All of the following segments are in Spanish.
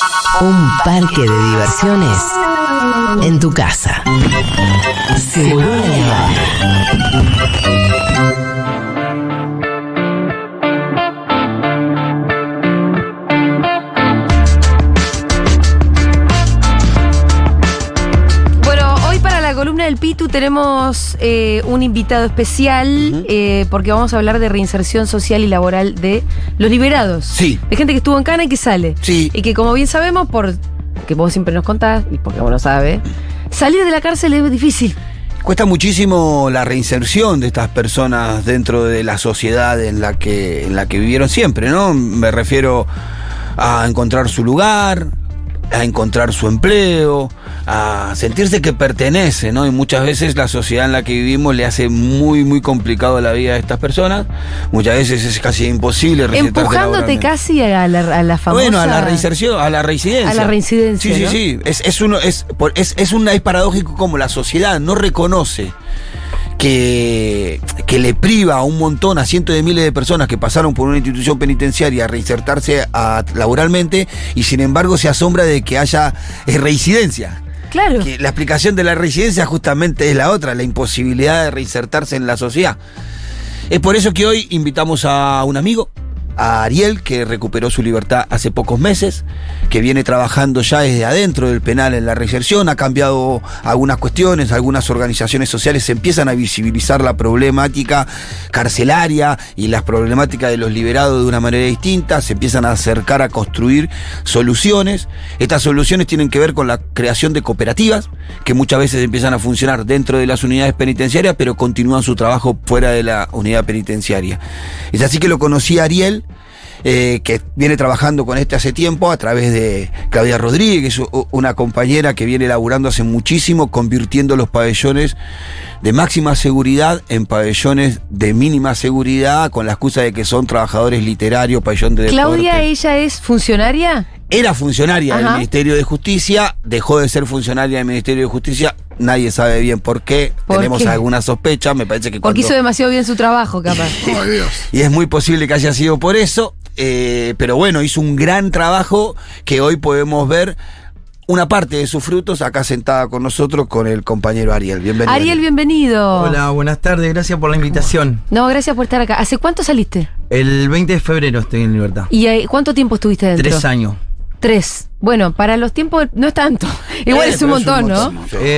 Un parque de diversiones en tu casa. Seguro La Habana. Columna del Pitu tenemos un invitado especial porque vamos a hablar de reinserción social y laboral de los liberados. Sí. De gente que estuvo en cana y que sale. Sí. Y que, como bien sabemos, porque vos siempre nos contás y porque vos lo sabes, salir de la cárcel es difícil. Cuesta muchísimo la reinserción de estas personas dentro de la sociedad en la que vivieron siempre, ¿no? Me refiero a encontrar su lugar, a encontrar su empleo, a sentirse que pertenece, ¿no? Y muchas veces la sociedad en la que vivimos le hace muy, muy complicado la vida a estas personas. Muchas veces es casi imposible reinsertarse empujándote casi a la famosa... Bueno, a la reinserción, a la reincidencia. A la reincidencia, Sí, ¿no? sí, sí. Es paradójico como la sociedad no reconoce que le priva a un montón, a cientos de miles de personas que pasaron por una institución penitenciaria a reinsertarse laboralmente, y sin embargo se asombra de que haya reincidencia. Claro. Que la explicación de la reincidencia justamente es la otra, la imposibilidad de reinsertarse en la sociedad. Es por eso que hoy invitamos a un amigo, a Ariel, que recuperó su libertad hace pocos meses, que viene trabajando ya desde adentro del penal en la reinserción. Ha cambiado algunas cuestiones, algunas organizaciones sociales empiezan a visibilizar la problemática carcelaria y las problemáticas de los liberados de una manera distinta, se empiezan a acercar a construir soluciones. Estas soluciones tienen que ver con la creación de cooperativas, que muchas veces empiezan a funcionar dentro de las unidades penitenciarias, pero continúan su trabajo fuera de la unidad penitenciaria. Es así que lo conocí a Ariel, que viene trabajando con hace tiempo a través de Claudia Rodríguez, una compañera que viene laburando hace muchísimo, convirtiendo los pabellones de máxima seguridad en pabellones de mínima seguridad, con la excusa de que son trabajadores literarios, pabellón de deporte. ¿Claudia, ella es funcionaria? Era funcionaria del Ajá. Ministerio de Justicia, dejó de ser funcionaria del Ministerio de Justicia, nadie sabe bien por qué, tenemos alguna sospecha, me parece que porque hizo demasiado bien su trabajo, capaz. Oh, Dios. Y es muy posible que haya sido por eso, pero bueno, hizo un gran trabajo que hoy podemos ver una parte de sus frutos acá sentada con nosotros, con el compañero Ariel. Bienvenido. Ariel, bienvenido. Hola, buenas tardes, gracias por la invitación. No, gracias por estar acá. ¿Hace cuánto saliste? El 20 de febrero estoy en libertad. ¿Y cuánto tiempo estuviste dentro? 3 años. 3. Bueno, para los tiempos no es tanto. Igual es un montón, ¿no?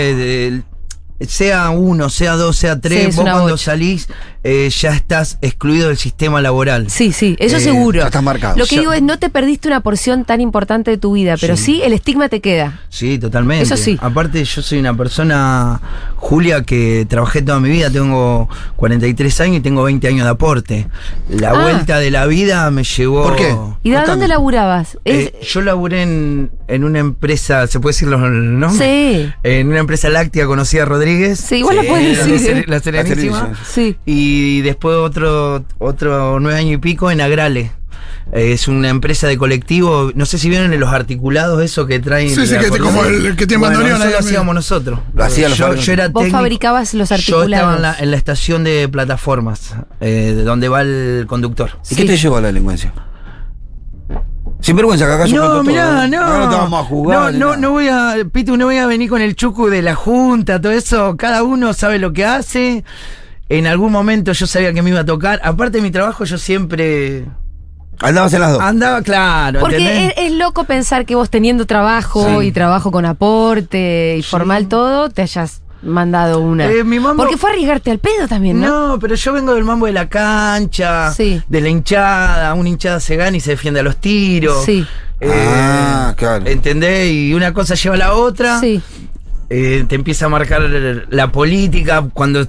Sea 1, sea 2, sea 3, Sí, es vos una cuando 8. salís ya estás excluido del sistema laboral. Sí, eso seguro. Ya estás marcado. Lo que digo es, no te perdiste una porción tan importante de tu vida, pero sí el estigma te queda. Sí, totalmente. Eso sí. Aparte, yo soy una persona, Julia, que trabajé toda mi vida, tengo 43 años y tengo 20 años de aporte. La vuelta de la vida me llevó... ¿Por qué? ¿Y de dónde laburabas? Yo laburé en una empresa, ¿se puede decir los nombres? Sí. En una empresa láctea conocida a Rodríguez. Sí, igual la puedes decir. La Serenísima. Sí. Y después otro 9 años y pico en Agrale. Es una empresa de colectivo. No sé si vieron en los articulados eso que traen. Sí, sí, como el que tiene bandoneón. Eso lo hacíamos nosotros. Lo hacían los yo fabricantes. era Vos técnico. fabricabas los Yo articulados. estaba en la estación de plataformas, donde va el conductor. ¿Y qué te llevó a la delincuencia? Sin vergüenza, que acá yo cuento No, mirá, todo, no. Acá no te vamos a jugar. No voy a, Pitu, no voy a venir con el chucu de la junta, todo eso. Cada uno sabe lo que hace. En algún momento yo sabía que me iba a tocar. Aparte de mi trabajo, yo siempre Andabas en las dos. andaba, claro. Porque ¿entendés? es loco pensar que vos teniendo trabajo y trabajo con aporte y formal todo, te hayas mandado una. Mi mambo- Porque fue arriesgarte al pedo también, ¿no? No, pero yo vengo del mambo de la cancha, Sí. de la hinchada. Una hinchada se gana y se defiende a los tiros. Sí. Claro. ¿Entendés? Y una cosa lleva a la otra. Sí. Te empieza a marcar la política. Cuando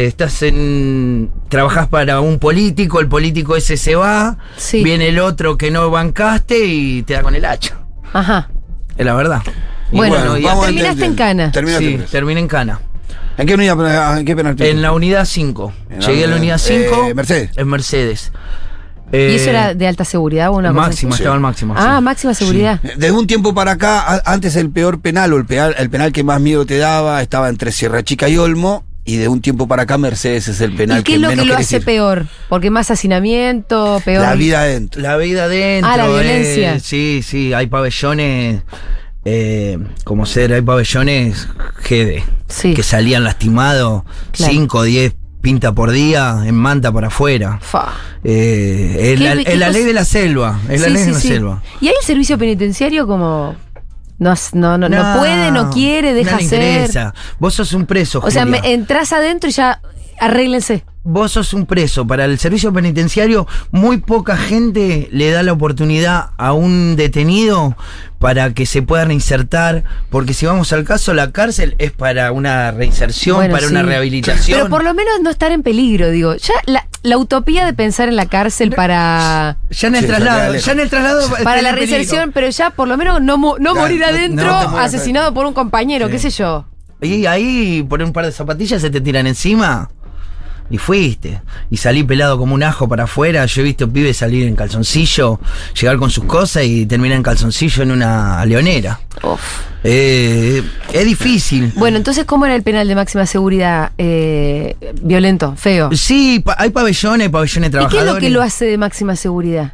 trabajás para un político, el político ese se va, Sí. viene el otro que no bancaste y te da con el hacha. Ajá. Es la verdad. Y Bueno, y vamos a terminaste en cana. Terminaste sí, preso. terminé en cana. ¿En qué unidad? ¿En qué penal? En la unidad 5. En la Llegué a la unidad- unidad 5. Mercedes. En Mercedes. ¿Y eso era de alta seguridad o una cosa máximo, así? estaba al máximo. Ah, sí. máxima seguridad. Desde un tiempo para acá, antes el peor penal o el penal que más miedo te daba estaba entre Sierra Chica y Olmo, y de un tiempo para acá Mercedes es el penal ¿Y qué que es lo menos que lo querés hace ir. peor? Porque más hacinamiento, peor. La vida adentro. La vida adentro. La violencia. Sí, hay pabellones. Como ser, hay pabellones Sí. que salían lastimados, Claro. 5 o 10 pinta por día, en manta para afuera. Fa. Es la qué ley cosa? de la selva. Es la Sí, ley sí, de la sí. selva. Y ahí el servicio penitenciario como no puede, no quiere, deja no le hacer. interesa. Vos sos un preso, O sea, Julia. entras adentro y ya arréglense. Vos sos un preso. Para el servicio penitenciario, muy poca gente le da la oportunidad a un detenido para que se pueda reinsertar. Porque si vamos al caso, la cárcel es para una reinserción, Bueno, para sí. una rehabilitación. Pero por lo menos no estar en peligro, digo. Ya la utopía de pensar en la cárcel para Ya en el Sí, traslado, ya ya en el traslado. para está la en peligro. reinserción, pero ya por lo menos no morir no te adentro mueras asesinado por un compañero, Sí. qué sé yo. Y ahí, por un par de zapatillas, se te tiran encima. Y fuiste. Y salí pelado como un ajo para afuera. Yo he visto pibes salir en calzoncillo, llegar con sus cosas y terminar en calzoncillo en una leonera. Uf. Es difícil. Bueno, entonces, ¿cómo era el penal de máxima seguridad? Violento, feo. Sí, hay pabellones ¿Y qué trabajadores. es lo que lo hace de máxima seguridad?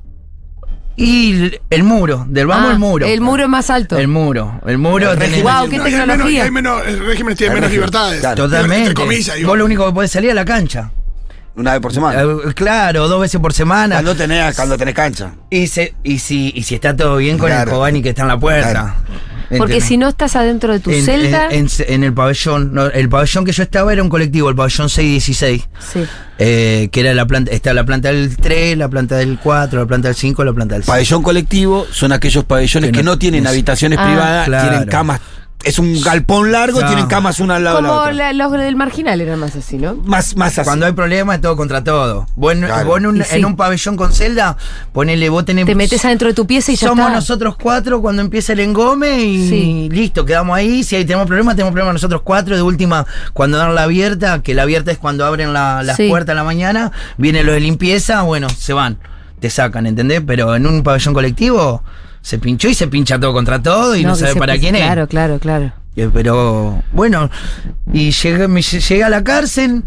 Y el muro, del vamos al muro. El muro es más alto. El muro. tenés- Guau, qué No, y hay tecnología. el régimen tiene menos libertades. Claro. Totalmente. Entre comillas, digo. Vos lo único que podés salir a la cancha. Una vez por semana. Claro, 2 veces por semana. Cuando tenés cancha. Y si está todo bien con Claro. el Cobani que está en la puerta. Claro. Porque ¿Entendés? si no estás adentro de tu celda. En el pabellón, no, el pabellón que yo estaba era un colectivo, el pabellón 616, Sí. que era la planta, está la planta del 3, la planta del 4, la planta del 5, la planta del 6. Pabellón colectivo son aquellos pabellones que no tienen habitaciones Ah, privadas, claro. tienen camas. Es un galpón largo, Claro. tienen camas una al lado de la Como otra. los del marginal eran más así, ¿no? Más así. Cuando hay problemas es todo contra todo. Vos, Claro. vos Y sí. en un pabellón con celda, ponele, vos tenés... Te metes adentro de tu pieza y ya Somos está. nosotros 4 cuando empieza el engome y Sí. listo, quedamos ahí. Si ahí tenemos problemas nosotros 4. De última, cuando dan la abierta, que la abierta es cuando abren las Sí. puertas a la mañana, vienen los de limpieza, bueno, se van, te sacan, ¿entendés? Pero en un pabellón colectivo se pinchó y se pincha todo contra todo y no que sabe se para puso- quién es. Claro. Pero bueno, y llegué a la cárcel,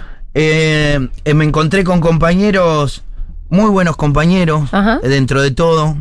me encontré con compañeros, muy buenos compañeros, Ajá. dentro de todo,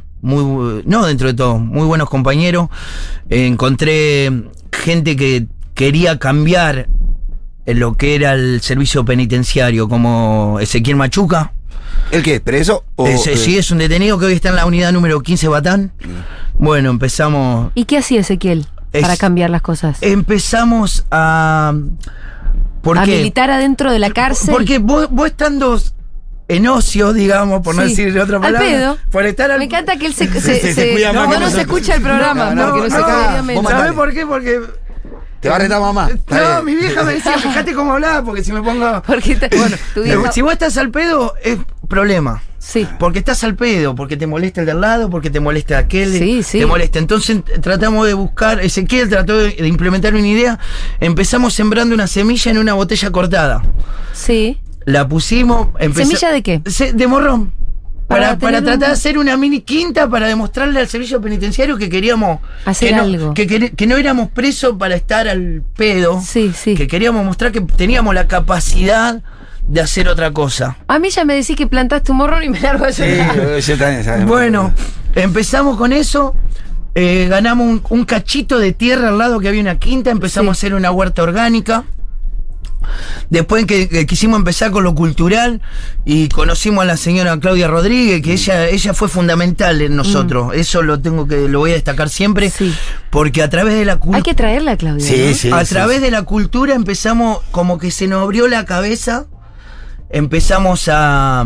muy buenos compañeros. Encontré gente que quería cambiar lo que era el servicio penitenciario, como Ezequiel Machuca. ¿El qué? ¿Preso? O, Sí, es un detenido que hoy está en la unidad número 15 Batán. Bueno, empezamos... ¿Y qué hacía Ezequiel para cambiar las cosas? Empezamos a... ¿Por ¿A qué? militar adentro de la cárcel? Porque vos estando en ocio, digamos, por no Sí. decir otra Al palabra. pedo. Por estar al... Me encanta que él se cuida más que no se nosotros. escucha el programa, No, porque no, se no, cae vos menos. mandale. ¿Sabés por qué? Porque... Te va a retar mamá. Está No, bien. mi vieja me decía, fíjate cómo hablaba, porque si me pongo... Porque tu vieja- Si vos estás al pedo, es problema. Sí. Porque estás al pedo, porque te molesta el de al lado, porque te molesta aquel, Sí. te molesta. Entonces tratamos de buscar, Ezequiel trató de implementar una idea, empezamos sembrando una semilla en una botella cortada. Sí. La pusimos... ¿Semilla de qué? De morrón. Para Para tener tratar de un- hacer una mini quinta para demostrarle al servicio penitenciario que queríamos... Hacer que no, algo. Que no éramos presos para estar al pedo. Sí. Que queríamos mostrar que teníamos la capacidad de hacer otra cosa. A mí ya me decís que plantaste un morrón y me largo a llorar. Yo también, ¿sabes? Bueno, empezamos con eso. Ganamos un cachito de tierra al lado que había una quinta. Empezamos Sí. a hacer una huerta orgánica. Después que quisimos empezar con lo cultural y conocimos a la señora Claudia Rodríguez, que ella fue fundamental en nosotros. Eso lo voy a destacar siempre. Sí. Porque a través de la Hay cultura. que traerla, Claudia. Sí, ¿no? sí. A través de la cultura empezamos, como que se nos abrió la cabeza, empezamos a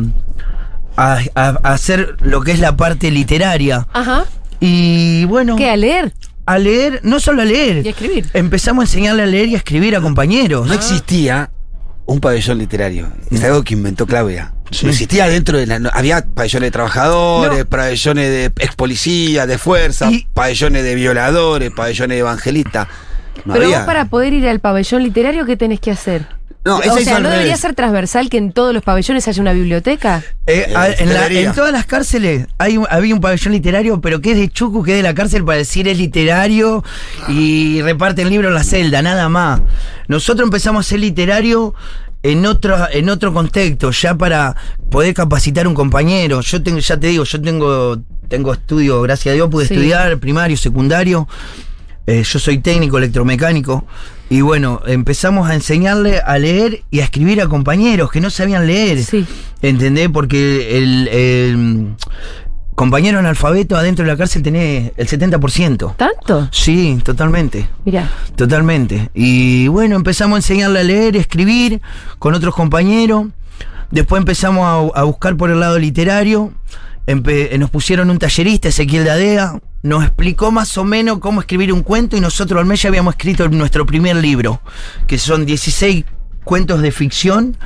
hacer lo que es la parte literaria. Ajá. Y bueno, ¿Qué? ¿A leer? a leer, no solo a leer, Y a escribir. empezamos a enseñarle a leer y a escribir a compañeros. No existía un pabellón literario. Es algo que inventó Claudia. Sí. No existía dentro de la. Había pabellones de trabajadores, No. pabellones de ex policía, de fuerza, Y- pabellones de violadores, pabellones de evangelistas. No Pero había. vos para poder ir al pabellón literario, ¿qué tenés que hacer? No, O esa hizo sea, al ¿no debería revés. ser transversal que en todos los pabellones haya una biblioteca? Debería. En todas las cárceles había un pabellón literario, pero que es de Chucu, que es de la cárcel para decir es literario y reparten libros en la celda, nada más. Nosotros empezamos a ser literario en otro contexto, ya para poder capacitar un compañero. Yo tengo, ya te digo, tengo estudio, gracias a Dios pude Sí. estudiar primario, secundario. Yo soy técnico electromecánico. Y bueno, empezamos a enseñarle a leer y a escribir a compañeros que no sabían leer. Sí. ¿Entendés? Porque el compañero analfabeto adentro de la cárcel tenía el 70%. ¿Tanto? Sí, totalmente. Mirá. Totalmente. Y bueno, empezamos a enseñarle a leer, a escribir con otros compañeros. Después empezamos a buscar por el lado literario. Nos pusieron un tallerista, Ezequiel Dadea. Nos explicó más o menos cómo escribir un cuento y nosotros al mes ya habíamos escrito nuestro primer libro, que son 16 cuentos de ficción.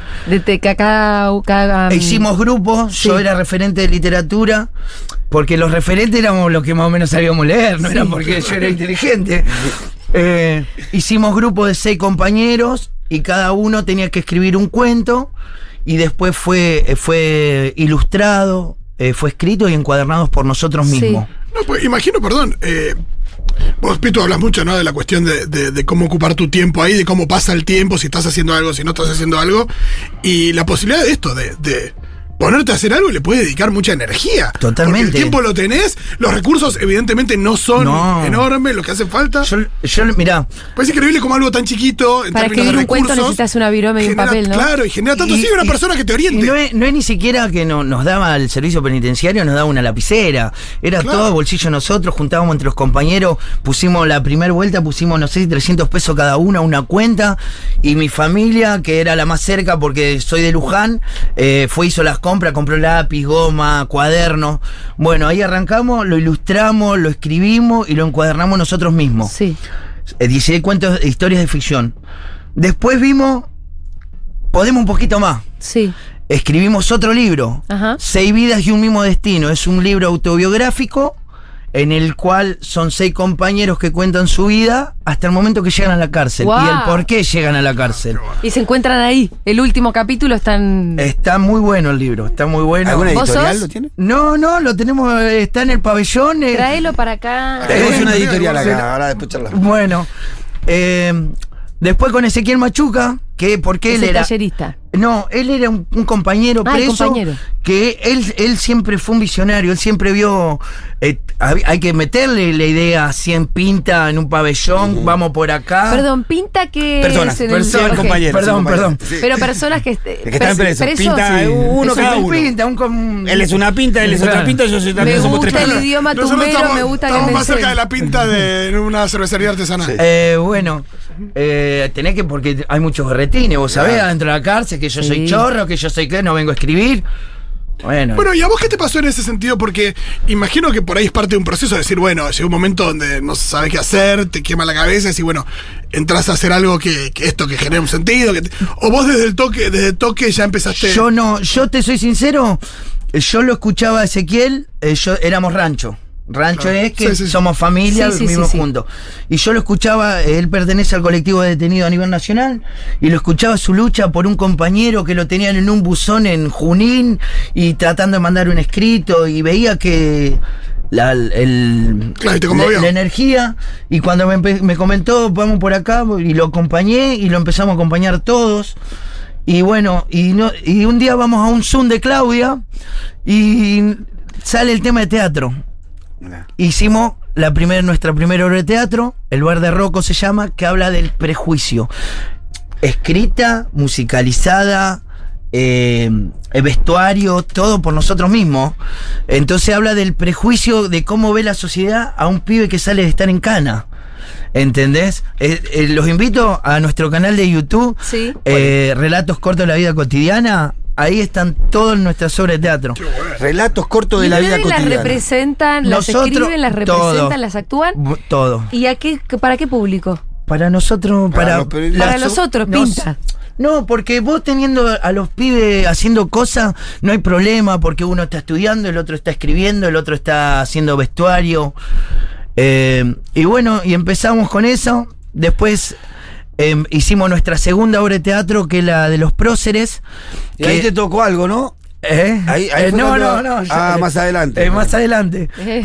Hicimos grupos, Sí. yo era referente de literatura, porque los referentes éramos los que más o menos sabíamos leer, no era porque yo era inteligente. Hicimos grupos de 6 compañeros y cada uno tenía que escribir un cuento y después fue ilustrado, fue escrito y encuadernado por nosotros Sí. mismos. No, pues imagino, perdón. Vos, Pitu, hablas mucho, ¿no? De la cuestión de cómo ocupar tu tiempo ahí, de cómo pasa el tiempo, si estás haciendo algo, si no estás haciendo algo. Y la posibilidad de esto, de ponerte a hacer algo, le puedes dedicar mucha energía. Totalmente. Porque el tiempo lo tenés, los recursos evidentemente no son enormes, lo que hace falta. Yo mirá, Pues es increíble como algo tan chiquito en Para términos escribir de un cuento recursos, necesitas una virome y un genera- papel, ¿no? Claro, y genera tanto así una persona que te oriente. Y no es ni siquiera que nos daba el servicio penitenciario, nos daba una lapicera. Era Claro. todo a bolsillo nosotros, juntábamos entre los compañeros, pusimos la primera vuelta, pusimos, no sé, 300 pesos cada una cuenta. Y mi familia, que era la más cerca porque soy de Luján, hizo las compras, compró lápiz, goma, cuadernos. Bueno, ahí arrancamos, lo ilustramos, lo escribimos y lo encuadernamos nosotros mismos. Sí. 16 cuentos, historias de ficción. Después podemos un poquito más. Sí. Escribimos otro libro, Ajá. 6 vidas y un mismo destino. Es un libro autobiográfico en el cual son 6 compañeros que cuentan su vida hasta el momento que llegan a la cárcel. Wow. Y el por qué llegan a la cárcel. Y se encuentran ahí. El último capítulo están. Está muy bueno el libro, está muy bueno. ¿Alguna ¿Vos editorial sos? lo tiene? No, lo tenemos, está en el pabellón. Traelo para acá. Tenemos una editorial Sí. acá, ahora después charlamos. Bueno, después con Ezequiel Machuca, que porque Es él el era... tallerista. No, él era un compañero Ah, el preso, compañero. que él siempre fue un visionario, él siempre vio, hay que meterle la idea así en pinta, en un pabellón, vamos por acá. Perdón, pinta que. Personas, es en el- personas, ok. compañeros. Perdón, perdón. Sí. Pero personas que. que están presos. Pinta uno Es cada un uno. Pinta, Él es una pinta, él es otra Claro. pinta, yo soy Me también, somos tres gusta el pintas. idioma Nosotros tumbero, me gusta que estamos me más cerca de enseñen. la pinta de una cervecería artesanal. Sí. Bueno, tenés que, porque hay muchos berretines, vos sabés, Claro. adentro de la cárcel, que yo Sí. soy chorro, que yo soy que no vengo a escribir. Bueno, Bueno, ¿y a vos qué te pasó en ese sentido? Porque imagino que por ahí es parte de un proceso de decir, bueno, llega un momento donde no sabes qué hacer, te quema la cabeza y decís, bueno, entras a hacer algo que genere un sentido. O vos desde el toque ya empezaste. yo te soy sincero, yo lo escuchaba a Ezequiel, éramos rancho. Rancho Claro. es que Sí, sí. somos familia, Sí, sí, vivimos sí, sí. juntos. Y yo lo escuchaba, él pertenece al colectivo de detenidos a nivel nacional, y lo escuchaba su lucha por un compañero que lo tenían en un buzón en Junín y tratando de mandar un escrito, y veía que Claro, y te conmovió. la energía, y cuando me comentó, vamos por acá, y lo acompañé, y lo empezamos a acompañar todos. Y bueno, y un día vamos a un Zoom de Claudia, y sale el tema de teatro. Hicimos nuestra primera obra de teatro, El Bar de Rocco se llama, que habla del prejuicio. Escrita, musicalizada, vestuario, todo por nosotros mismos. Entonces habla del prejuicio de cómo ve la sociedad a un pibe que sale de estar en cana. ¿Entendés? Los invito a nuestro canal de YouTube, Sí. Relatos cortos de la vida cotidiana. Ahí están todas nuestras obras de teatro. Relatos cortos de la vida ¿Las cotidiana. representan, las Nosotros, escriben, las representan, todo. las actúan? Todo. ¿Y para qué público? Para nosotros, Para para, los periodistas. Para los otros, pinta. No, porque vos teniendo a los pibes haciendo cosas, no hay problema, porque uno está estudiando, el otro está escribiendo, el otro está haciendo vestuario. Y bueno, y empezamos con eso. Después hicimos nuestra segunda obra de teatro, que es la de Los Próceres. Y ahí te tocó algo, ¿no? Ahí fue no. Más adelante. Más adelante.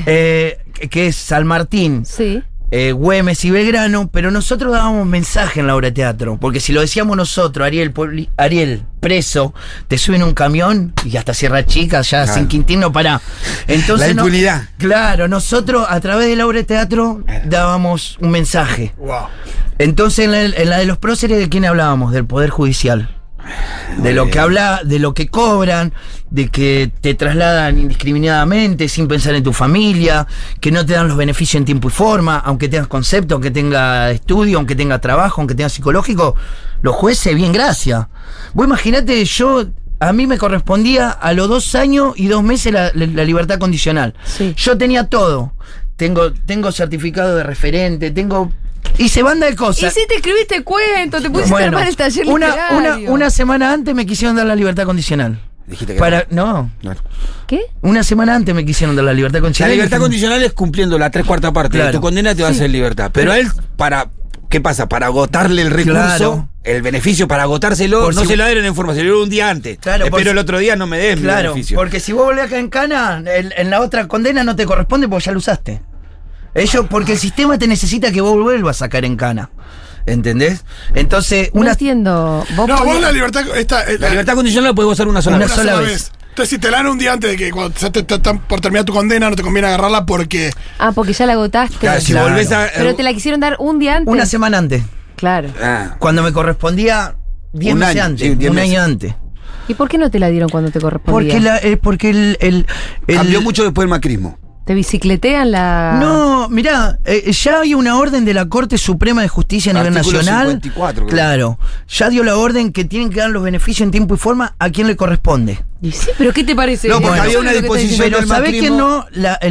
Que es San Martín. Sí. Güemes y Belgrano, pero nosotros dábamos mensaje en la obra de teatro, porque si lo decíamos nosotros, Ariel, preso, te suben un camión y hasta Sierra Chica, ya claro. sin Quintín no para. Entonces, la impunidad. Claro, nosotros a través de la obra de teatro dábamos un mensaje. Wow. Entonces en la de Los Próceres, ¿de quién hablábamos? Del Poder Judicial. De lo que habla, de lo que cobran, de que te trasladan indiscriminadamente sin pensar en tu familia, que no te dan los beneficios en tiempo y forma, aunque tengas concepto, aunque tengas estudio, aunque tengas trabajo, aunque tengas psicológico, los jueces, bien, gracias. Vos imaginate, a mí me correspondía a los 2 años y 2 meses la libertad condicional. Sí. Yo tenía todo. Tengo certificado de referente, hice banda de cosas. Y si te escribiste cuento, te pusiste a armar el taller literario. Una semana antes me quisieron dar la libertad condicional. Dijiste que no. ¿Qué? Una semana antes me quisieron dar la libertad La condicional. libertad condicional es cumpliendo la 3/4 parte de tu condena, te va a hacer libertad. Pero a él, ¿qué pasa? Para agotarle el recurso, claro. El beneficio, para agotárselo, no se lo dieron en forma, se lo dieron un día antes. Claro, Espero el otro día no me des mi beneficio. Porque si vos volvés acá en cana, en la otra condena no te corresponde porque ya lo usaste. Porque el sistema te necesita que vos vuelvas a caer en cana. ¿Entendés? Entonces, No entiendo. Vos la libertad. La libertad condicional la podés gozar una sola vez. Entonces, si te la dan un día antes de que cuando ya te están por terminar tu condena, no te conviene agarrarla porque. Porque ya la agotaste. Claro, si volvés a. Pero te la quisieron dar un día antes. Una semana antes. Claro. Cuando me correspondía 10 meses antes. Un año antes. ¿Y por qué no te la dieron cuando te correspondía? Porque el cambió mucho después del macrismo. ¿Te bicicletean la...? No, mirá, ya hay una orden de la Corte Suprema de Justicia a nivel nacional. 54, claro, ya dio la orden que tienen que dar los beneficios en tiempo y forma a quien le corresponde. Y sí, pero ¿qué te parece? No, porque había una disposición pero ¿sabés que no?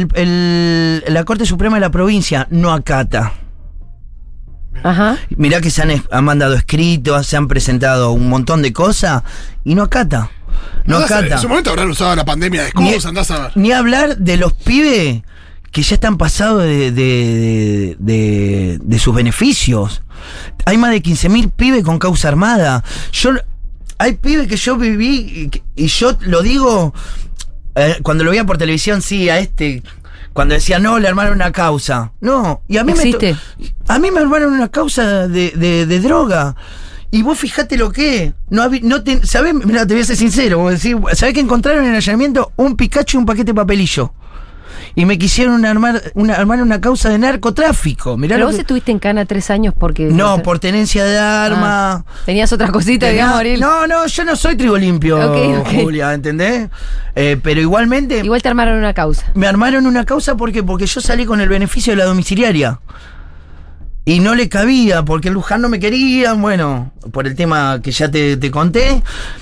La Corte Suprema de la provincia no acata. Ajá. Mirá que han mandado escritos, se han presentado un montón de cosas y no acata. No acata. En su momento habrán usado la pandemia de excusa, andás a ver. Ni hablar de los pibes que ya están pasados de sus beneficios. Hay más de 15.000 pibes con causa armada. Hay pibes que yo viví y yo lo digo cuando lo veía por televisión, cuando decía no, le armaron una causa. No, y a mí me armaron una causa de droga. Y vos fijate lo que es. ¿Sabés? Mirá, te voy a ser sincero. Vos decís, ¿sabés que encontraron en el allanamiento un Pikachu y un paquete de papelillo? Y me quisieron armar una causa de narcotráfico. Mirá. Pero vos estuviste en cana 3 años porque... No, por tenencia de arma. Tenías otra cosita, digamos, Ariel. No, yo no soy trigo limpio, Julia, ¿entendés? Pero igualmente... Igual te armaron una causa. Me armaron una causa porque yo salí con el beneficio de la domiciliaria. Y no le cabía, porque en Luján no me querían, bueno, por el tema que ya te conté.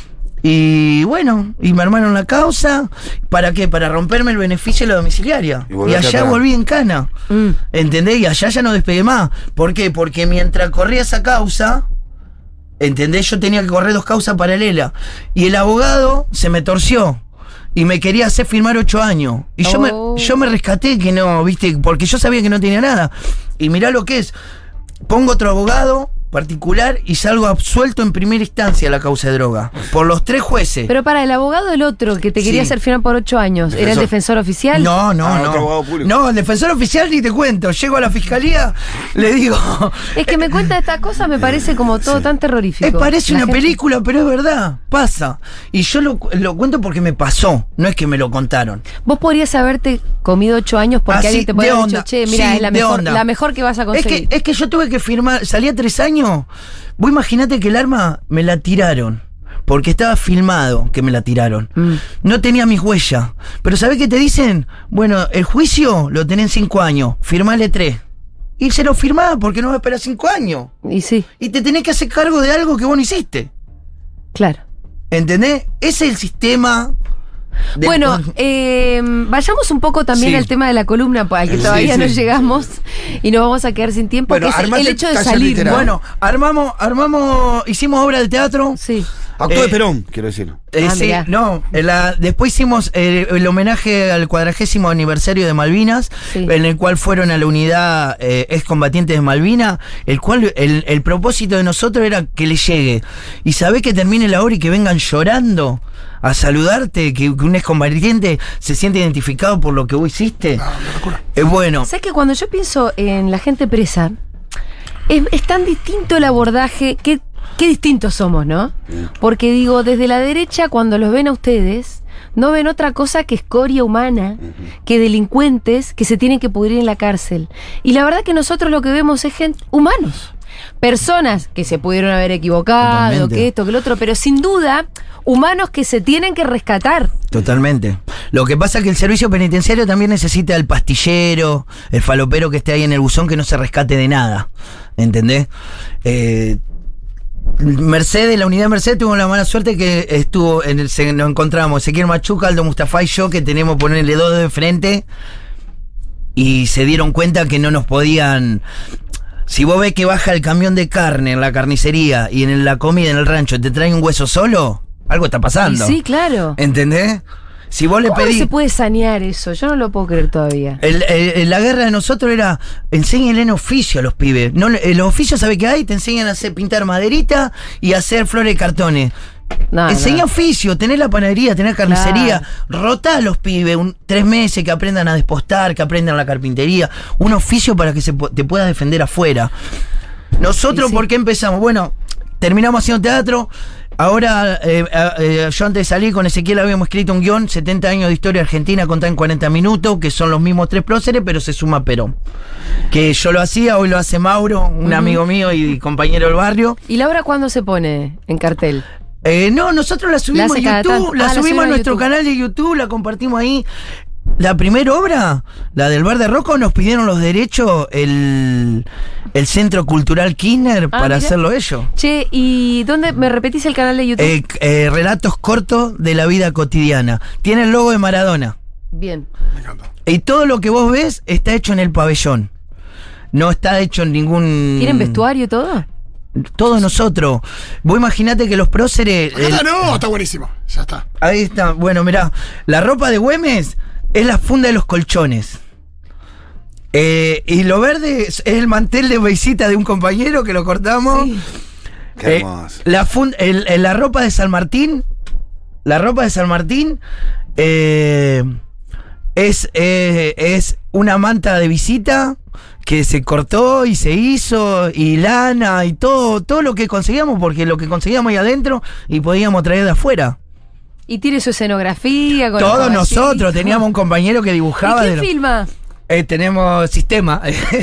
Y bueno, y me armaron la causa. ¿Para qué? Para romperme el beneficio de la domiciliaria. Y allá volví en cana. ¿Entendés? Y allá ya no despegué más. ¿Por qué? Porque mientras corría esa causa, ¿entendés? Yo tenía que correr 2 causas paralelas. Y el abogado se me torció. Y me quería hacer firmar 8 años. Y yo me rescaté que no, ¿viste? Porque yo sabía que no tenía nada. Y mirá lo que es. Pongo otro abogado particular y salgo absuelto en primera instancia a la causa de droga. Por los 3 jueces. Pero para el abogado del otro que te quería hacer firmar por 8 años, ¿era el defensor oficial? No. Otro abogado público. No, el defensor oficial ni te cuento. Llego a la fiscalía, le digo... Es que me cuenta esta cosa, me parece como todo tan terrorífico. Parece una película, pero es verdad, pasa. Y yo lo cuento porque me pasó, no es que me lo contaron. Vos podrías haberte comido 8 años porque alguien te podría haber dicho, che, mira, es la mejor que vas a conseguir. Es que yo tuve que firmar, salía 3 años. Vos imaginate que el arma me la tiraron. Porque estaba filmado que me la tiraron. No tenía mis huellas. Pero ¿sabés qué te dicen? Bueno, el juicio lo tenés en 5 años. Firmale 3. Y se lo firmaba porque no va a esperar 5 años. Y sí. Y te tenés que hacer cargo de algo que vos no hiciste. Claro. ¿Entendés? Ese es el sistema. Bueno, vayamos un poco también al tema de la columna, al que todavía no llegamos y nos vamos a quedar sin tiempo, que es el hecho de salir. Bueno, hicimos obra de teatro. Sí. Actuó de Perón, quiero decir. Sí, mirá. no. Después hicimos el homenaje al 40º aniversario de Malvinas, Sí. en el cual fueron a la unidad excombatientes de Malvinas, el cual el propósito de nosotros era que le llegue. Y sabés que termine la hora y que vengan llorando a saludarte, que un excombatiente se siente identificado por lo que vos hiciste. Bueno. ¿Sabes que cuando yo pienso en la gente presa, es tan distinto el abordaje, qué distintos somos, ¿no? Porque digo, desde la derecha, cuando los ven a ustedes, no ven otra cosa que escoria humana, que delincuentes que se tienen que pudrir en la cárcel. Y la verdad que nosotros lo que vemos es gente, humanos. Personas que se pudieron haber equivocado, Totalmente. que esto, que lo otro, pero sin duda, humanos que se tienen que rescatar. Totalmente. Lo que pasa es que el servicio penitenciario también necesita el pastillero, el falopero que esté ahí en el buzón que no se rescate de nada. ¿Entendés? Mercedes, la unidad de Mercedes tuvo la mala suerte que estuvo, nos encontramos Ezequiel Machuca, Aldo Mustafa y yo, que tenemos que ponerle dos de frente, y se dieron cuenta que no nos podían. Si vos ves que baja el camión de carne en la carnicería y en la comida en el rancho te trae un hueso solo, algo está pasando. Y sí, claro. ¿Entendés? Si vos le ¿Cómo pedís. se puede sanear eso? Yo no lo puedo creer todavía. La guerra de nosotros era enséñenle en oficio a los pibes. No, los oficios, ¿sabe qué hay? Te enseñan a hacer pintar maderita y a hacer flores de cartones. No, Enseña no. oficio, tener la panadería, tener carnicería, rotá a los pibes 3 meses, que aprendan a despostar, que aprendan la carpintería, un oficio para que te puedas defender afuera. Nosotros, Sí. ¿por qué empezamos? Bueno, terminamos haciendo teatro. Ahora, yo antes de salir con Ezequiel habíamos escrito un guión, 70 años de historia argentina contada en 40 minutos, que son los mismos 3 próceres, pero se suma Perón. Que yo lo hacía, hoy lo hace Mauro, un amigo mío y compañero del barrio. ¿Y la obra cuándo se pone en cartel? No, nosotros la subimos hace a cada YouTube, tanto. la Ah, la subimos suben a a nuestro YouTube. canal de YouTube, la compartimos ahí. La primera obra, la del Bar de Rocco, nos pidieron los derechos el Centro Cultural Kirchner para mira. hacerlo ellos. Che, ¿y dónde me repetís el canal de YouTube? Relatos cortos de la vida cotidiana. Tiene el logo de Maradona. Bien. Me encanta. Y todo lo que vos ves está hecho en el pabellón. No está hecho en ningún... ¿Tienen vestuario y todo? Todos nosotros. Vos imaginate que los próceres... No, está buenísimo. Ya está. Ahí está. Bueno, mirá. La ropa de Güemes es la funda de los colchones. Y lo verde es el mantel de visita de un compañero que lo cortamos. Sí. Qué hermoso. La ropa de San Martín. La ropa de San Martín es una manta de visita que se cortó y se hizo, y lana y todo lo que conseguíamos, porque lo que conseguíamos ahí adentro y podíamos traer de afuera. Y tiene su escenografía. Con Todos los nosotros, caballitos. teníamos un compañero que dibujaba. ¿Y quién filma? Tenemos sistema.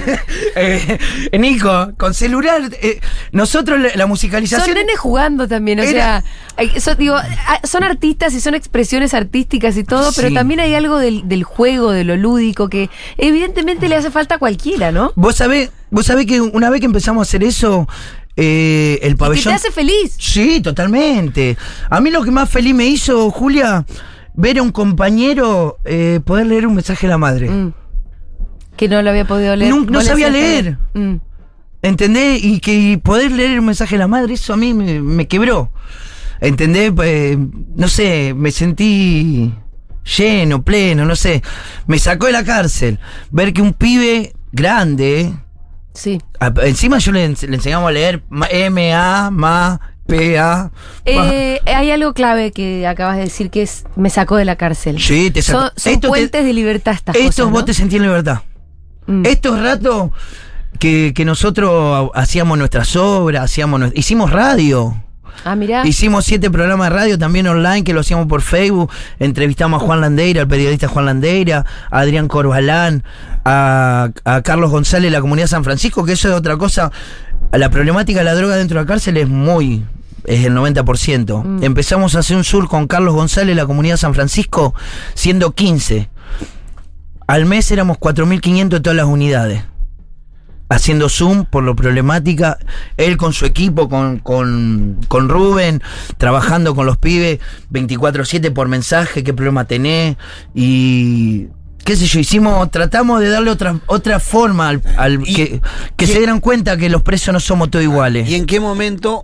Nico, con celular. Nosotros la musicalización. Son nenes jugando también, o Era- sea, son artistas y son expresiones artísticas y todo, pero Sí. también hay algo del juego, de lo lúdico, que evidentemente le hace falta a cualquiera, ¿no? Vos sabés que una vez que empezamos a hacer eso, el Y que pabellón. te hace feliz. Sí, totalmente. A mí lo que más feliz me hizo, Julia, ver a un compañero poder leer un mensaje de la madre. Que no lo había podido leer. No Vos le sabía hacías leer. leer. ¿Entendés? Y que poder leer un mensaje de la madre, eso a mí me quebró. ¿Entendés? No sé, me sentí lleno, pleno, no sé. Me sacó de la cárcel. Ver que un pibe grande, Sí. encima yo le enseñamos a leer M-A, MA, P-A. Hay algo clave que acabas de decir que es me sacó de la cárcel. Sí, te sacó. Son Esto puentes de libertad estas Estos cosas, vos ¿no? te sentís en libertad. Estos ratos que nosotros hacíamos nuestras obras, hicimos radio. Ah, mirá. Hicimos 7 programas de radio también online que lo hacíamos por Facebook. Entrevistamos a Juan Landeira, el periodista Juan Landeira, a Adrián Corbalán, a Carlos González de la Comunidad San Francisco, que eso es otra cosa. La problemática de la droga dentro de la cárcel es el 90%. Empezamos a hacer un sur con Carlos González de la Comunidad San Francisco, siendo 15. Al mes éramos 4.500 de todas las unidades. Haciendo Zoom por lo problemática, él con su equipo, con Rubén, trabajando con los pibes 24/7 por mensaje, qué problema tenés, y qué sé yo, tratamos de darle otra forma que se dieran cuenta que los presos no somos todos iguales. ¿Y en qué momento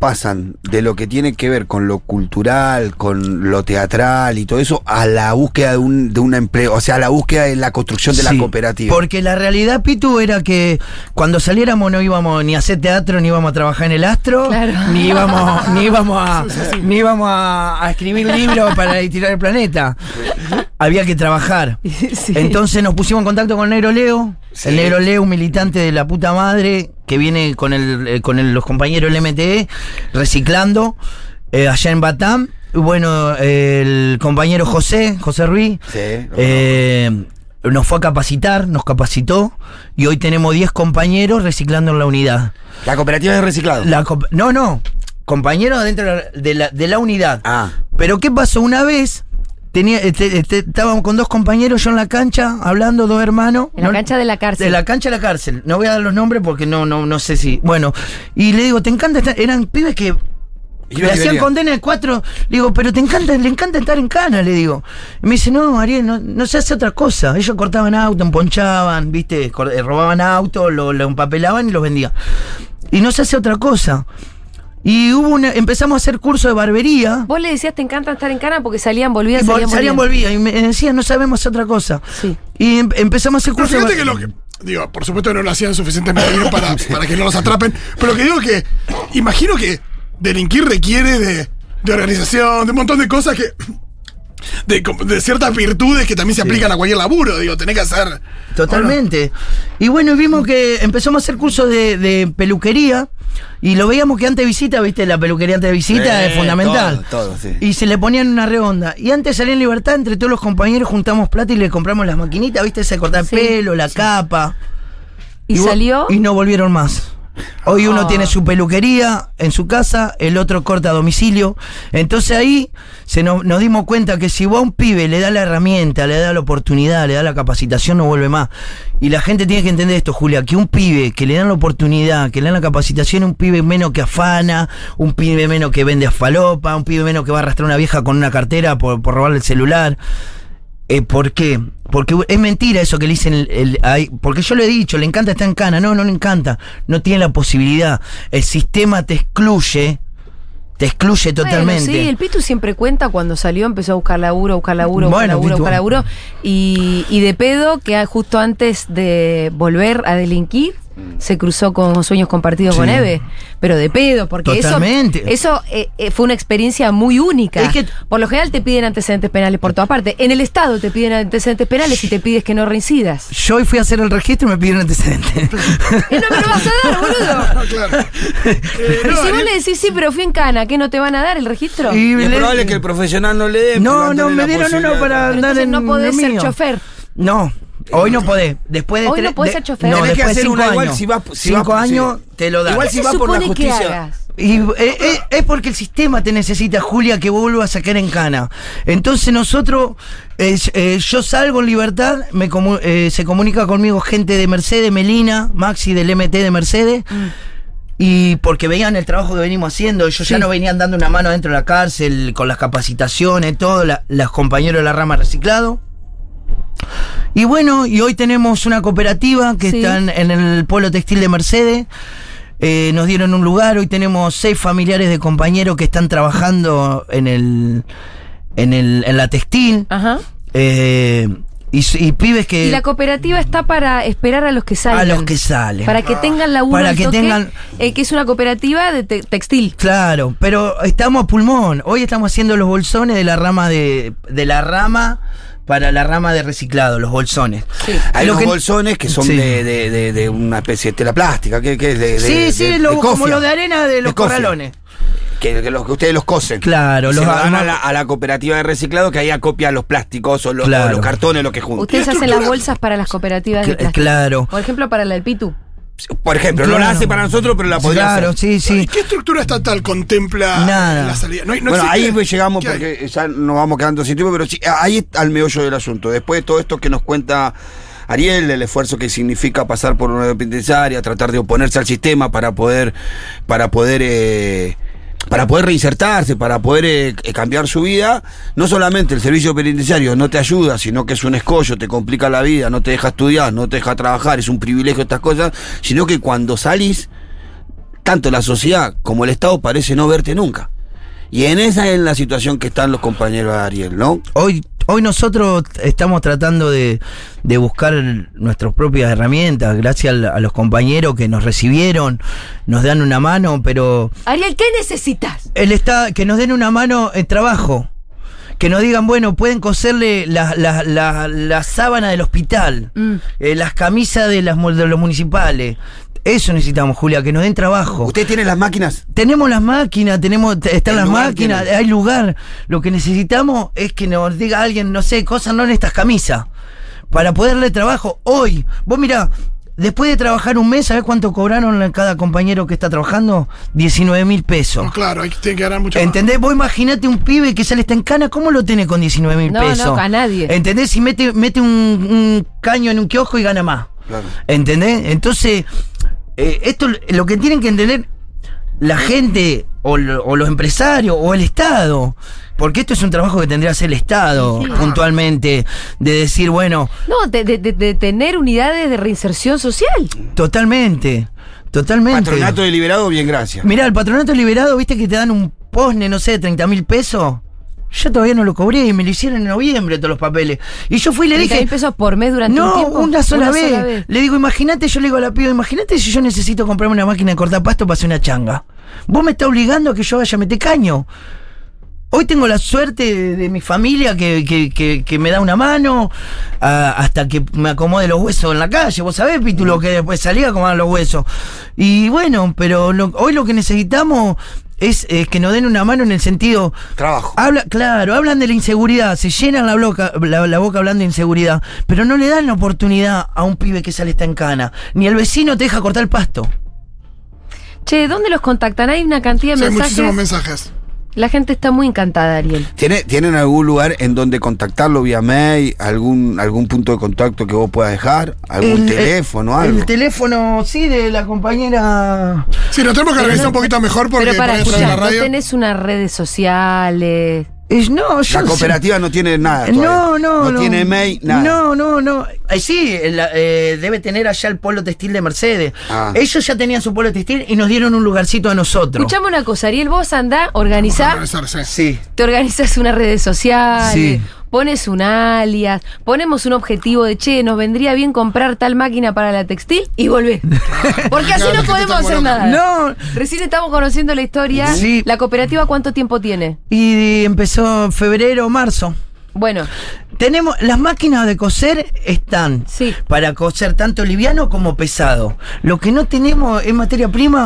pasan de lo que tiene que ver con lo cultural, con lo teatral y todo eso, a la búsqueda de un empleo, o sea, a la búsqueda de la construcción de la Sí, cooperativa. Porque la realidad, Pitu, era que cuando saliéramos no íbamos ni a hacer teatro, ni íbamos a trabajar en el Astro, Claro. ni íbamos a escribir libros para tirar el planeta. Había que trabajar. Sí. Entonces nos pusimos en contacto con el Negro Leo. Sí. El Negro Leo, un militante de la puta madre, que viene con los compañeros del MTE, reciclando, allá en Batam. Y bueno, el compañero José Ruiz, Sí, nos fue a capacitar, nos capacitó, y hoy tenemos 10 compañeros reciclando en la unidad. la cooperativa de reciclado. No, compañeros dentro de la unidad. Ah. Pero ¿qué pasó? Una vez estábamos con 2 compañeros, yo en la cancha, hablando, 2 hermanos. En la cancha de la cárcel. De la cancha de la cárcel. No voy a dar los nombres porque no sé si. Bueno, y le digo, ¿te encanta estar? Eran pibes que le hacían condena de 4. Le digo, pero le encanta estar en cana, le digo. Y me dice, no, Ariel, no se hace otra cosa. Ellos cortaban auto, emponchaban, ¿viste? Robaban autos, lo empapelaban y los vendían. Y no se hace otra cosa. Y empezamos a hacer curso de barbería. Vos le decías, te encanta estar en cana porque salían, volvían, Salían, volvían. Y me decían, no sabemos otra cosa. Sí. Y empezamos a hacer Pero curso de fíjate barbería. digo, por supuesto no lo hacían suficientemente bien para que no los atrapen, pero que digo que imagino que delinquir requiere de organización, de un montón de cosas que de ciertas virtudes que también se aplican a cualquier laburo, digo, tenés que hacer. Totalmente. Y bueno, vimos que empezamos a hacer cursos de peluquería. Y lo veíamos que antes de visita, ¿viste? La peluquería antes de visita es fundamental. Todo, sí. Y se le ponían una redonda. Y antes de salir en libertad, entre todos los compañeros juntamos plata y le compramos las maquinitas, ¿viste? Se cortar el Sí, pelo, la capa. ¿Y vo- salió? Y no volvieron más. Hoy uno tiene su peluquería en su casa, el otro corta a domicilio. Entonces ahí nos dimos cuenta que si vos a un pibe le da la herramienta, le da la oportunidad, le da la capacitación, no vuelve más. Y la gente tiene que entender esto, Julia, que un pibe que le dan la oportunidad, que le dan la capacitación, un pibe menos que afana, un pibe menos que vende falopa, un pibe menos que va a arrastrar a una vieja con una cartera por robarle el celular. ¿Por qué? Porque es mentira eso que le dicen. Porque yo le he dicho, le encanta estar en cana. No le encanta. No tiene la posibilidad. El sistema te excluye totalmente. Bueno, sí, el Pitu siempre cuenta cuando salió, empezó a buscar laburo, Bueno, Pitu. buscar laburo. Y de pedo, que justo antes de volver a delinquir, se cruzó con Sueños Compartidos con Sí. Eve. Pero de pedo, porque Totalmente. eso fue una experiencia muy única. Es que- por lo general te piden antecedentes penales por todas partes. En el Estado te piden antecedentes penales y te pides que no reincidas. Yo hoy fui a hacer el registro y me pidieron antecedentes. Y no me lo vas a dar, boludo. Claro. Y si vos le decís, sí, pero fui en cana, ¿qué no te van a dar el registro? Y Es le- probable que el profesional no le dé. No, pero me dándole la dieron uno posibilidad. para Pero andar entonces en no podés lo ser mío. chofer. No, hoy no podés. Después de Hoy no tres- podés de- ser chofer. No, Tenés que después de hacer 5 una años. igual si va- si va- 5 años sí. te lo dan. Igual ¿Qué si se va por la supone que justicia. hagas? Y es porque el sistema te necesita, Julia, que vos vuelvas a caer en cana. Entonces nosotros, yo salgo en libertad, se comunica conmigo gente de Mercedes, Melina, Maxi del MT de Mercedes, y porque veían el trabajo que venimos haciendo, ellos ya Sí. nos venían dando una mano dentro de la cárcel, con las capacitaciones, todo, los compañeros de la rama reciclado. Y bueno, y hoy tenemos una cooperativa que Sí. está en el polo textil de Mercedes. Nos dieron un lugar, hoy tenemos 6 familiares de compañeros que están trabajando en la textil. Ajá. Y pibes que... Y la cooperativa está para esperar a los que salen. A los que salen. Para que tengan laburo Para al que toque, tengan- que es una cooperativa de textil. Claro, pero estamos a pulmón. Hoy estamos haciendo los bolsones de la rama para la rama de reciclado, los bolsones. Sí. Hay Lo unos que- bolsones que son Sí. de una especie de tela plástica, que es Sí, como cofia, lo de arena de los cofia, corralones. que ustedes los cosen. Claro, Y los se lo dan arma- a la cooperativa de reciclado que ahí acopia los plásticos o los, Claro. o los cartones, lo que juntan. Ustedes hacen las bolsas para las cooperativas de plástico. Claro. Por ejemplo, para la del Pitu. Por ejemplo, no la Claro. hace para nosotros, pero la podría Claro, hacer. sí. ¿Y qué estructura estatal contempla Nada. la salida? No Bueno, existe. ahí pues llegamos ¿Qué hay? porque ya nos vamos quedando sin tiempo, pero sí, ahí está el meollo del asunto. Después de todo esto que nos cuenta Ariel, el esfuerzo que significa pasar por una penitenciaria, tratar de oponerse al sistema para poder reinsertarse, para poder cambiar su vida. No solamente el servicio penitenciario no te ayuda, sino que es un escollo, te complica la vida, no te deja estudiar, no te deja trabajar, es un privilegio estas cosas, sino que cuando salís tanto la sociedad como el Estado parece no verte nunca. Y en esa es la situación que están los compañeros de Ariel, ¿no? Hoy nosotros estamos tratando de buscar nuestras propias herramientas, gracias a los compañeros que nos recibieron, nos dan una mano, pero... Ariel, ¿qué necesitas? Que nos den una mano en trabajo. Que nos digan, bueno, pueden coserle la sábana del hospital, las camisas de los municipales. Eso necesitamos, Julia, que nos den trabajo. ¿Ustedes tienen las máquinas? Tenemos las máquinas, están las máquinas, hay lugar. Lo que necesitamos es que nos diga alguien, no sé, cosas no en estas camisas, para poderle trabajo hoy. Vos mirá, después de trabajar un mes, ¿sabés cuánto cobraron a cada compañero que está trabajando? 19.000 pesos. No, claro, tiene que ganar mucho ¿entendés? Vos imaginate un pibe que sale está en cana, ¿cómo lo tiene con 19.000 pesos? No, a nadie. ¿Entendés? Si mete un caño en un kiosco y gana más. Claro. ¿Entendés? Entonces, esto lo que tienen que entender la gente o los empresarios o el Estado, porque esto es un trabajo que tendría que hacer el Estado puntualmente, de decir, bueno... No, de tener unidades de reinserción social. Totalmente. Patronato deliberado, bien, gracias. Mirá, el patronato deliberado, viste que te dan un posne, no sé, de 30.000 pesos. Yo todavía no lo cobré y me lo hicieron en noviembre todos los papeles. Y yo fui y le dije... 30.000 pesos por mes durante un tiempo. No, una sola vez. Le digo, imagínate, yo le digo a la piba, imagínate si yo necesito comprarme una máquina de cortar pasto para hacer una changa. Vos me estás obligando a que yo vaya a meter caño. Hoy tengo la suerte de mi familia que me da una mano hasta que me acomode los huesos en la calle. Vos sabés, Pítulo, que después salía a acomodar los huesos. Y bueno, pero hoy lo que necesitamos es que nos den una mano en el sentido... Trabajo. Hablan de la inseguridad, se llenan la boca hablando de inseguridad, pero no le dan la oportunidad a un pibe que sale está en cana. Ni el vecino te deja cortar el pasto. Che, ¿dónde los contactan? Hay una cantidad de hay mensajes. muchísimos mensajes. La gente está muy encantada, Ariel. ¿Tienen algún lugar en donde contactarlo vía mail? ¿Algún punto de contacto que vos puedas dejar? ¿Algún teléfono? Algo? El teléfono, sí, de la compañera... Sí, nos tenemos que organizar un poquito mejor porque Pero para por eso en escuchar, la radio... no tenés unas redes sociales. La cooperativa no tiene nada todavía. No tiene mail, nada. No. Sí, debe tener allá el polo textil de Mercedes. Ellos ya tenían su polo textil y nos dieron un lugarcito a nosotros. Escuchame una cosa, Ariel, vos andá, organizá. Sí. Te organizas unas redes sociales. Sí. Pones un alias, ponemos un objetivo de, che, nos vendría bien comprar tal máquina para la textil y volvés. Porque así no podemos hacer nada. No. Recién estamos conociendo la historia. Sí. ¿La cooperativa cuánto tiempo tiene? Y empezó en febrero, marzo. Bueno. Tenemos, las máquinas de coser están para coser tanto liviano como pesado. Lo que no tenemos es materia prima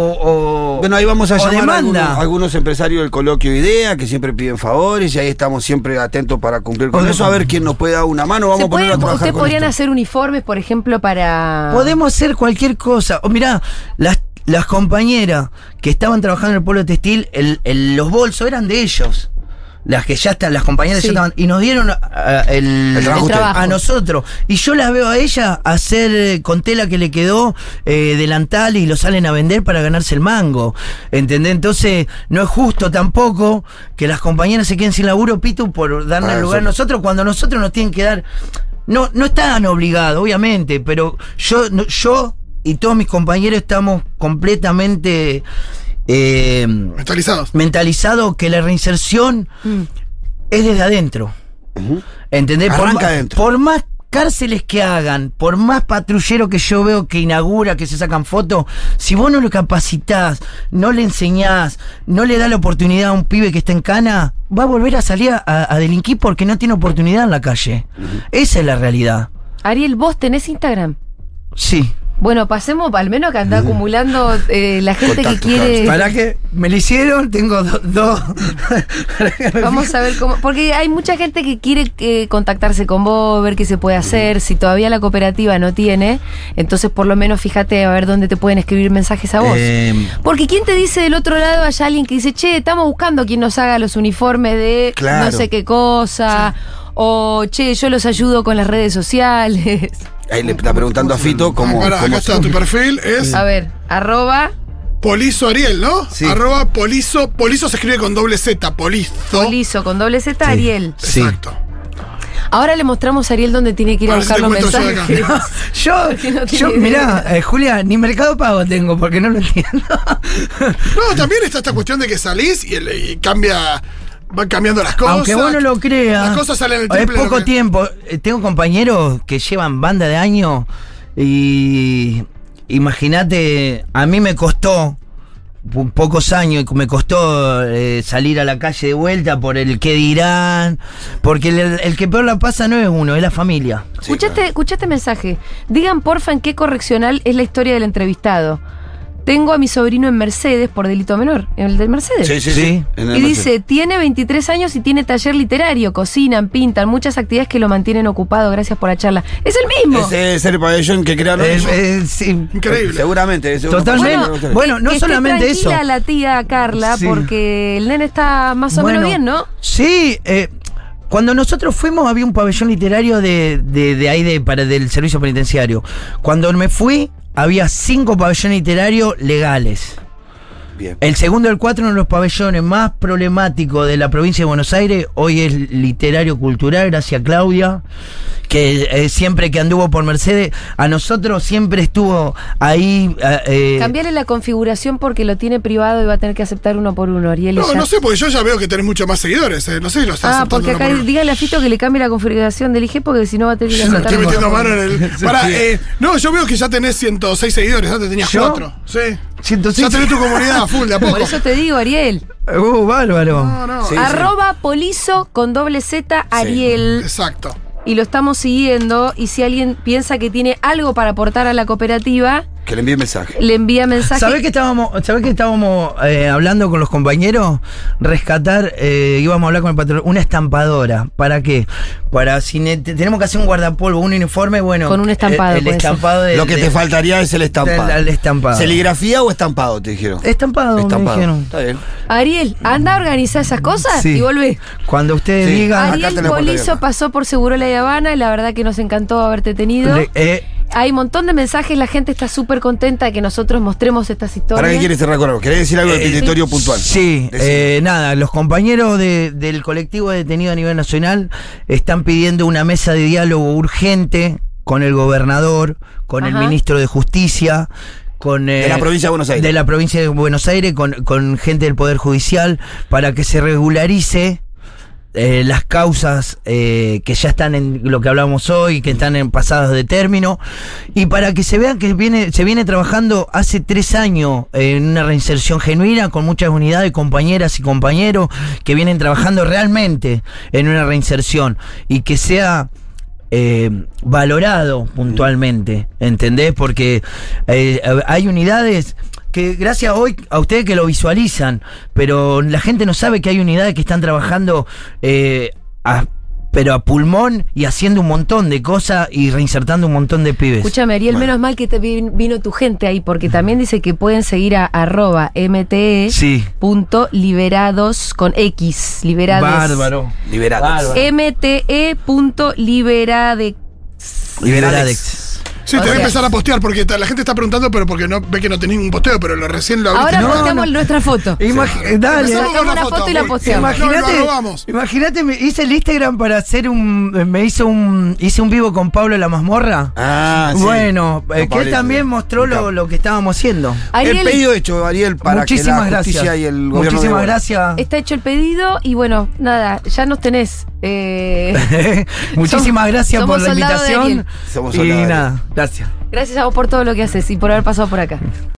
o bueno, ahí vamos a llamar demanda. a algunos empresarios del coloquio IDEA que siempre piden favores y ahí estamos siempre atentos para cumplir con eso. A ver quién nos puede dar una mano. Vamos a poner a trabajar ¿Ustedes con podrían esto. hacer uniformes, por ejemplo, para...? Podemos hacer cualquier cosa. Mirá, las compañeras que estaban trabajando en el polo textil, los bolsos eran de ellos. Las que ya están, las compañeras ya estaban, y nos dieron el trabajo a nosotros. Y yo las veo a ellas hacer con tela que le quedó delantal y lo salen a vender para ganarse el mango. ¿Entendés? Entonces, no es justo tampoco que las compañeras se queden sin laburo, Pitu, por darle el lugar a nosotros, cuando nosotros nos tienen que dar. No están obligados, obviamente, pero yo y todos mis compañeros estamos completamente mentalizados que la reinserción es desde adentro. ¿Entendés? Arranca adentro. Por más cárceles que hagan, por más patrulleros que yo veo que inaugura, que se sacan fotos, si vos no lo capacitás, no le enseñás, no le das la oportunidad a un pibe que está en cana, va a volver a salir a delinquir porque no tiene oportunidad en la calle. Esa es la realidad. Ariel, ¿vos tenés Instagram? Sí. Bueno, pasemos al menos que anda acumulando la gente que quiere... ¿Para qué? Me lo hicieron, tengo dos... Vamos a ver cómo... Porque hay mucha gente que quiere contactarse con vos, ver qué se puede hacer. Si todavía la cooperativa no tiene, entonces por lo menos fíjate a ver dónde te pueden escribir mensajes a vos. Porque ¿quién te dice del otro lado? Hay alguien que dice, che, estamos buscando quien nos haga los uniformes de no sé qué cosa. Sí. O, che, yo los ayudo con las redes sociales. Ahí le está preguntando a Fito cómo... Acá está tu perfil, es... A ver, Polizo Ariel, ¿no? Sí. Polizo se escribe con doble Z, Polizo. Polizo con doble Z, Ariel. Exacto. Ahora le mostramos a Ariel dónde tiene que ir a A ver si buscar te los cuento yo de acá. mensajes. Yo, mirá, Julia, ni Mercado Pago tengo porque no lo entiendo. No, también está esta cuestión de que salís y cambia. Van cambiando las cosas. Aunque vos no lo creas, Las cosas salen el es triple. de lo poco que- tiempo. Tengo compañeros que llevan banda de años y imagínate, a mí me costó pocos años, me costó salir a la calle de vuelta por el qué dirán, porque el que peor la pasa no es uno, es la familia. Sí, Escuchaste mensaje. Digan porfa en qué correccional es la historia del entrevistado. Tengo a mi sobrino en Mercedes por delito menor. ¿En el de Mercedes? Sí, sí, Sí. sí. En el Y Mercedes. dice, tiene 23 años y tiene taller literario, cocinan, pintan, muchas actividades que lo mantienen ocupado, gracias por la charla. Es el mismo. Ese es el pabellón que crearon ellos. Sí. Increíble. Seguramente. Totalmente. Bueno, no Que solamente esté tranquila eso. la tía Carla, Sí. porque el nene está más o Bueno, menos bien, ¿no? Sí, cuando nosotros fuimos había un pabellón literario de ahí del servicio penitenciario. Cuando me fui, había 5 pabellones literarios legales. Bien. El segundo y el 4, uno de los pabellones más problemáticos de la provincia de Buenos Aires, hoy es literario cultural, gracias a Claudia, que siempre que anduvo por Mercedes, a nosotros siempre estuvo ahí. Cambiarle la configuración porque lo tiene privado y va a tener que aceptar uno por uno, Ariel. y No, ya. no sé, porque yo ya veo que tenés muchos más seguidores. No sé si lo estás aceptando Porque uno acá por uno. dígale a Fito que le cambie la configuración del IG porque si no va a tener que Yo aceptar estoy uno metiendo por mano uno. en el. Pará, no, yo veo que ya tenés 106 seguidores, antes tenías ¿Yo? 4. Sí. 106. Ya tenés tu comunidad a full de a poco. Por eso te digo, Ariel. Bárbaro. No. Sí. @polizo con doble Z Ariel. Exacto. Y lo estamos siguiendo. Y si alguien piensa que tiene algo para aportar a la cooperativa, Que le envíe mensaje. le envía mensaje. ¿Sabés que estábamos hablando con los compañeros? Rescatar, íbamos a hablar con el patrón, una estampadora. ¿Para qué? Para si tenemos que hacer un guardapolvo, un uniforme, bueno. Con un estampado, El puede estampado de. Lo que te faltaría es el estampado. El estampado. ¿Serigrafía o estampado? Te dijeron. Estampado, me dijeron. Está bien. Ariel, anda a organizar esas cosas Sí. y volvé. Cuando ustedes Sí. digan. Acá Ariel tenés Polizo portaaviones. pasó por Segurola y Habana y la verdad que nos encantó haberte tenido. Hay un montón de mensajes, la gente está súper contenta de que nosotros mostremos estas historias. ¿Para qué quieres cerrar con algo? ¿Querés decir algo del petitorio puntual? Sí, Decime. nada, los compañeros del colectivo de detenidos a nivel nacional están pidiendo una mesa de diálogo urgente con el gobernador, con el Ajá. ministro de Justicia, con De la provincia de Buenos Aires. de la provincia de Buenos Aires, con gente del Poder Judicial, para que se regularice las causas que ya están en lo que hablamos hoy, que están en pasadas de término, y para que se vean que se viene trabajando hace 3 años en una reinserción genuina con muchas unidades, compañeras y compañeros que vienen trabajando realmente en una reinserción y que sea valorado puntualmente, ¿entendés? Porque hay unidades que gracias hoy a ustedes que lo visualizan, pero la gente no sabe que hay unidades que están trabajando pero a pulmón y haciendo un montón de cosas y reinsertando un montón de pibes. Escúchame, Ariel, Bueno. menos mal que te vino tu gente ahí, porque también dice que pueden seguir a @mte. Sí. .liberados con X, liberados. Bárbaro. Liberados. Bárbaro. mte.liberadex. Liberadex. Sí, O te voy a sea- empezar a postear porque la gente está preguntando, pero porque no ve que no tenés ningún posteo, pero recién lo abriste. Ahora No, posteamos no. nuestra foto. Dale. Empezamos Sacamos con la una foto y la muy- posteamos. No, lo Imagínate, arrobamos. imagínate, me hice el Instagram para hacer hice un vivo con Pablo en la mazmorra. Ah, sí. Bueno, Con que él Pablito. también mostró lo que estábamos haciendo. El Ariel, pedido hecho, Ariel, para que Muchísimas la justicia gracias. y el gobierno Muchísimas devuelvan. gracias. está hecho el pedido y bueno, nada, ya nos tenés. Muchísimas gracias somos por la soldados de invitación. Ariel. Somos Y soldados de nada, gracias. Gracias a vos por todo lo que haces y por haber pasado por acá.